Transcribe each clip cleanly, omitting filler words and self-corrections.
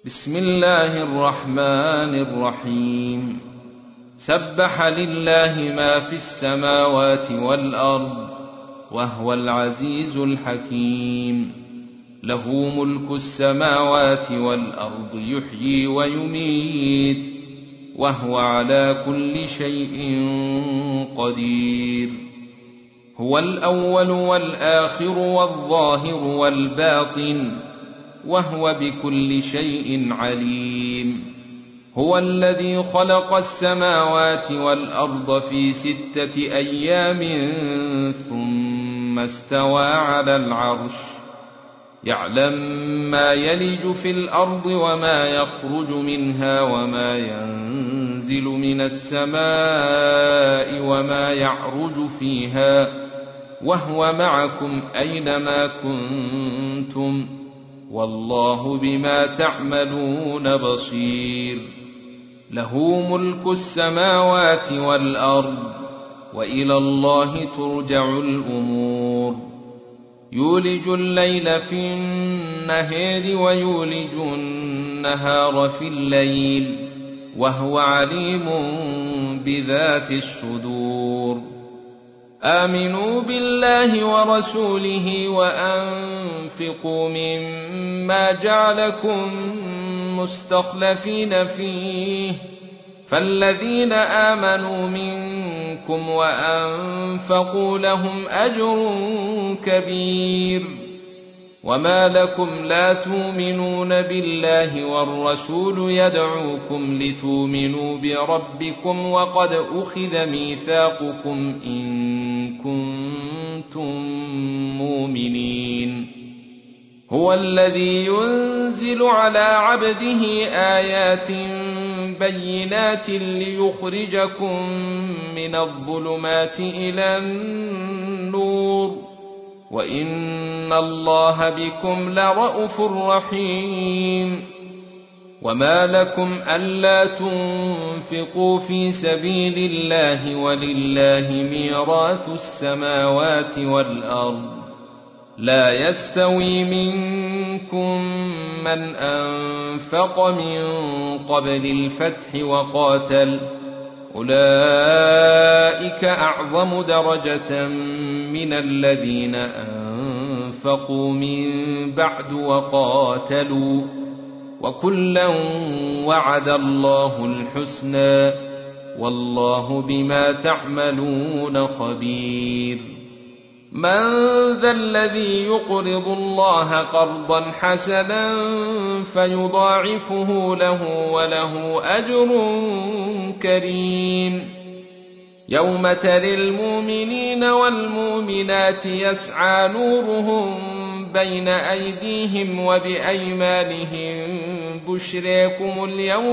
بسم الله الرحمن الرحيم. سبح لله ما في السماوات والأرض وهو العزيز الحكيم. له ملك السماوات والأرض يحيي ويميت وهو على كل شيء قدير. هو الأول والآخر والظاهر والباطن وهو بكل شيء عليم. هو الذي خلق السماوات والأرض في 6 أيام ثم استوى على العرش. يعلم ما يلج في الأرض وما يخرج منها وما ينزل من السماء وما يعرج فيها وهو معكم أينما كنتم والله بما تعملون بصير. له ملك السماوات والأرض وإلى الله ترجع الأمور. يولج الليل في النهار ويولج النهار في الليل وهو عليم بذات الصدور. آمنوا بالله ورسوله وأنفقوا مما جعلكم مستخلفين فيه فالذين آمنوا منكم وأنفقوا لهم أجر كبير. وما لكم لا تؤمنون بالله والرسول يدعوكم لتؤمنوا بربكم وقد أخذ ميثاقكم إن كنتم مؤمنين. هو الذي ينزل على عبده آيات بينات ليخرجكم من الظلمات إلى النور وإن الله بكم لرءوف رحيم. وما لكم ألا تنفقوا في سبيل الله ولله ميراث السماوات والأرض. لا يستوي منكم من أنفق من قبل الفتح وقاتل أولئك أعظم درجة من الذين أنفقوا من بعد وقاتلوا وكلا وعد الله الحسنى والله بما تعملون خبير. من ذا الذي يقرض الله قرضا حسنا فيضاعفه له وله أجر كريم. يوم ترى المؤمنين والمؤمنات يسعى نورهم بين أيديهم وبأيمانهم بشريكم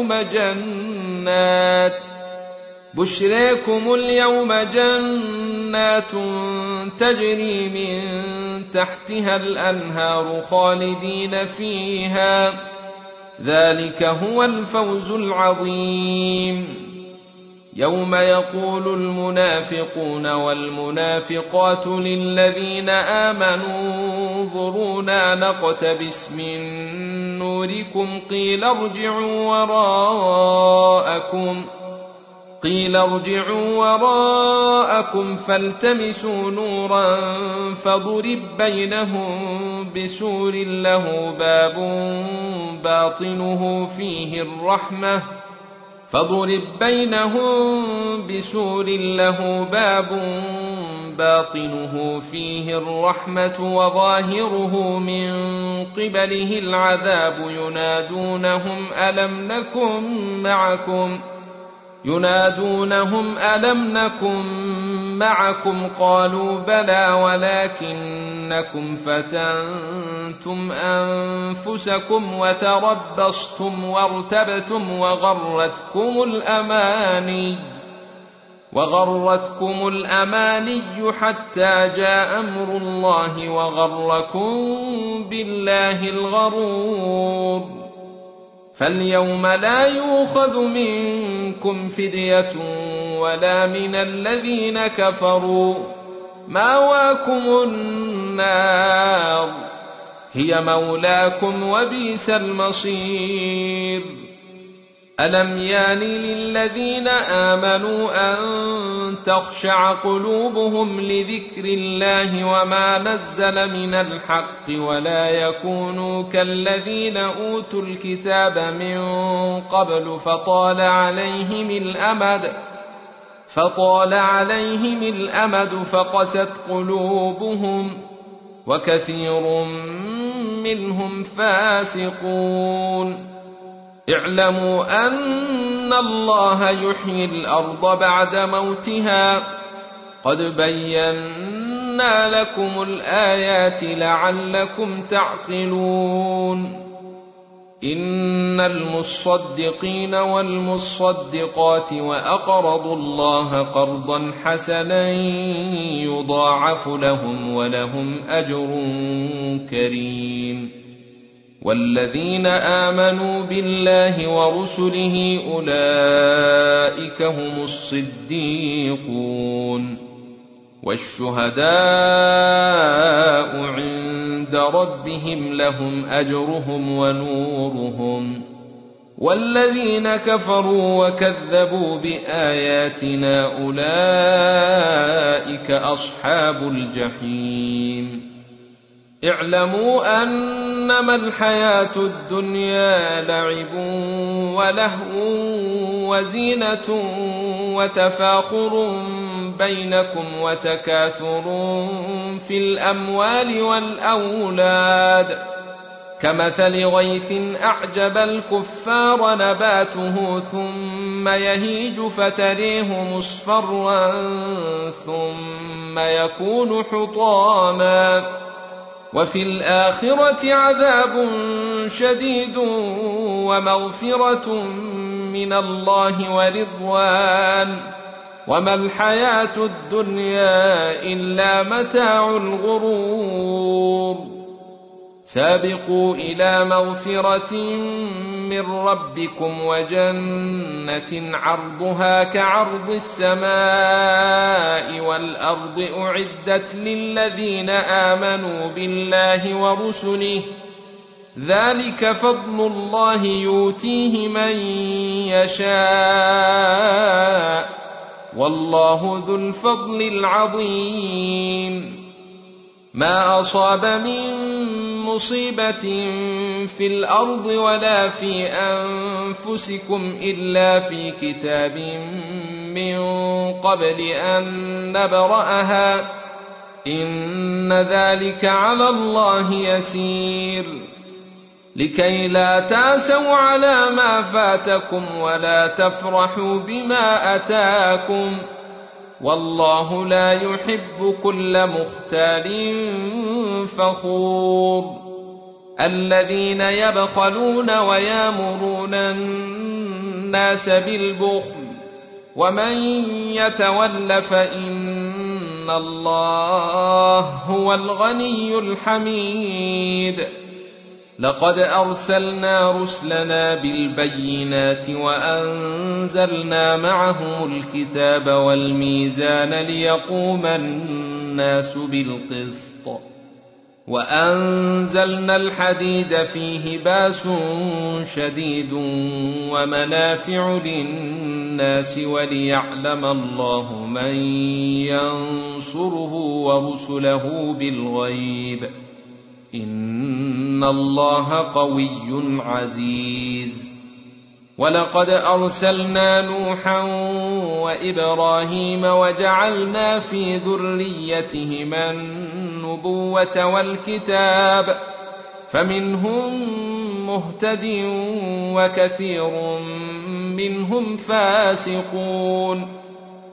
اليوم جنات تجري من تحتها الأنهار خالدين فيها ذلك هو الفوز العظيم. يوم يقول المنافقون والمنافقات للذين آمنوا انظرونا نقتبس من نوركم قيل ارجعوا وراءكم فالتمسوا نورا فضرب بينهم بسور له باب باطنه فيه الرحمة وظاهره من قبله العذاب ينادونهم ألم نكن معكم قالوا بلى ولكنكم فتنتم أنفسكم وتربصتم وارتبتم وغرتكم الأماني حتى جاء أمر الله وغركم بالله الغرور. فاليوم لا يؤخذ منكم فدية ولا من الذين كفروا مأواكم النار هي مولاكم وبئس المصير. ألم يان للذين آمنوا أن تخشع قلوبهم لذكر الله وما نزل من الحق ولا يكونوا كالذين أوتوا الكتاب من قبل فطال عليهم الأمد فقست قلوبهم وكثير منهم فاسقون. اعلموا أن الله يحيي الأرض بعد موتها قد بينا لكم الآيات لعلكم تعقلون. إن المصدقين والمصدقات وأقرضوا الله قرضا حسنا يضاعف لهم ولهم أجر كريم. والذين آمنوا بالله ورسله أولئك هم الصديقون والشهداء عند ربهم لهم أجرهم ونورهم. والذين كفروا وكذبوا بآياتنا أولئك أصحاب الجحيم. اعلموا أنما الحياة الدنيا لعب ولهو وزينة وتفاخر بينكم وتكاثر في الأموال والأولاد كمثل غيث أعجب الكفار نباته ثم يهيج فتريه مصفرا ثم يكون حطاما وفي الآخرة عذاب شديد ومغفرة من الله ورضوان وما الحياة الدنيا إلا متاع الغرور. سابقوا إلى مغفرة من ربكم وجنة عرضها كعرض السماء والأرض أعدت للذين آمنوا بالله ورسله ذلك فضل الله يؤتيه من يشاء والله ذو الفضل العظيم. ما أصاب من مصيبة في الأرض ولا في أنفسكم إلا في كتاب من قبل أن نبرأها إن ذلك على الله يسير. لكي لا تأسوا على ما فاتكم ولا تفرحوا بما أتاكم والله لا يحب كل مختال فخور. الذين يبخلون ويامرون الناس بالبخل ومن يتول فإن الله هو الغني الحميد. لقد أرسلنا رسلنا بالبينات وأنزلنا معهم الكتاب والميزان ليقوم الناس بالقسط وأنزلنا الحديد فيه بأس شديد ومنافع للناس وليعلم الله من ينصره ورسله بالغيب إن الله قوي عزيز. ولقد أرسلنا نوحا وإبراهيم وجعلنا في ذريتهما النبوة والكتاب فمنهم مهتد وكثير منهم فاسقون.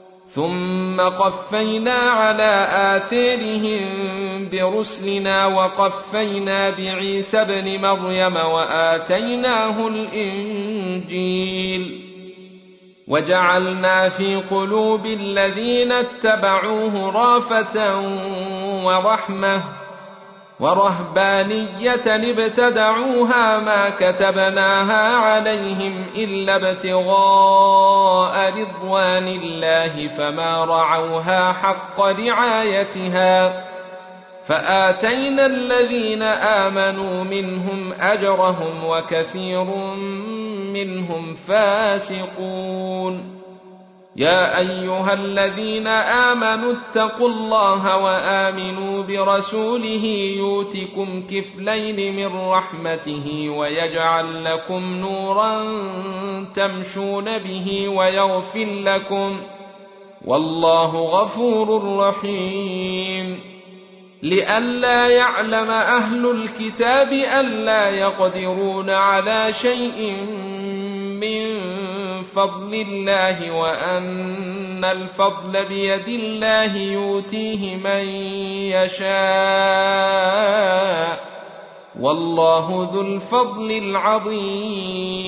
ثم قفينا على آثارهم برسلنا وقفينا بعيسى ابن مريم وآتيناه الإنجيل وجعلنا في قلوب الذين اتبعوه رأفة ورحمة ورهبانية ابتدعوها ما كتبناها عليهم إلا ابتغاء رضوان الله فما رعوها حق رعايتها فآتينا الذين آمنوا منهم أجرهم وكثير منهم فاسقون. يا أيها الذين آمنوا اتقوا الله وآمنوا برسوله يؤتكم كفلين من رحمته ويجعل لكم نورا تمشون به ويغفر لكم والله غفور رحيم. لئلا يعلم أهل الكتاب ألا يقدرون على شيء من فضل الله وأن الفضل بيد الله يؤتيه من يشاء والله ذو الفضل العظيم.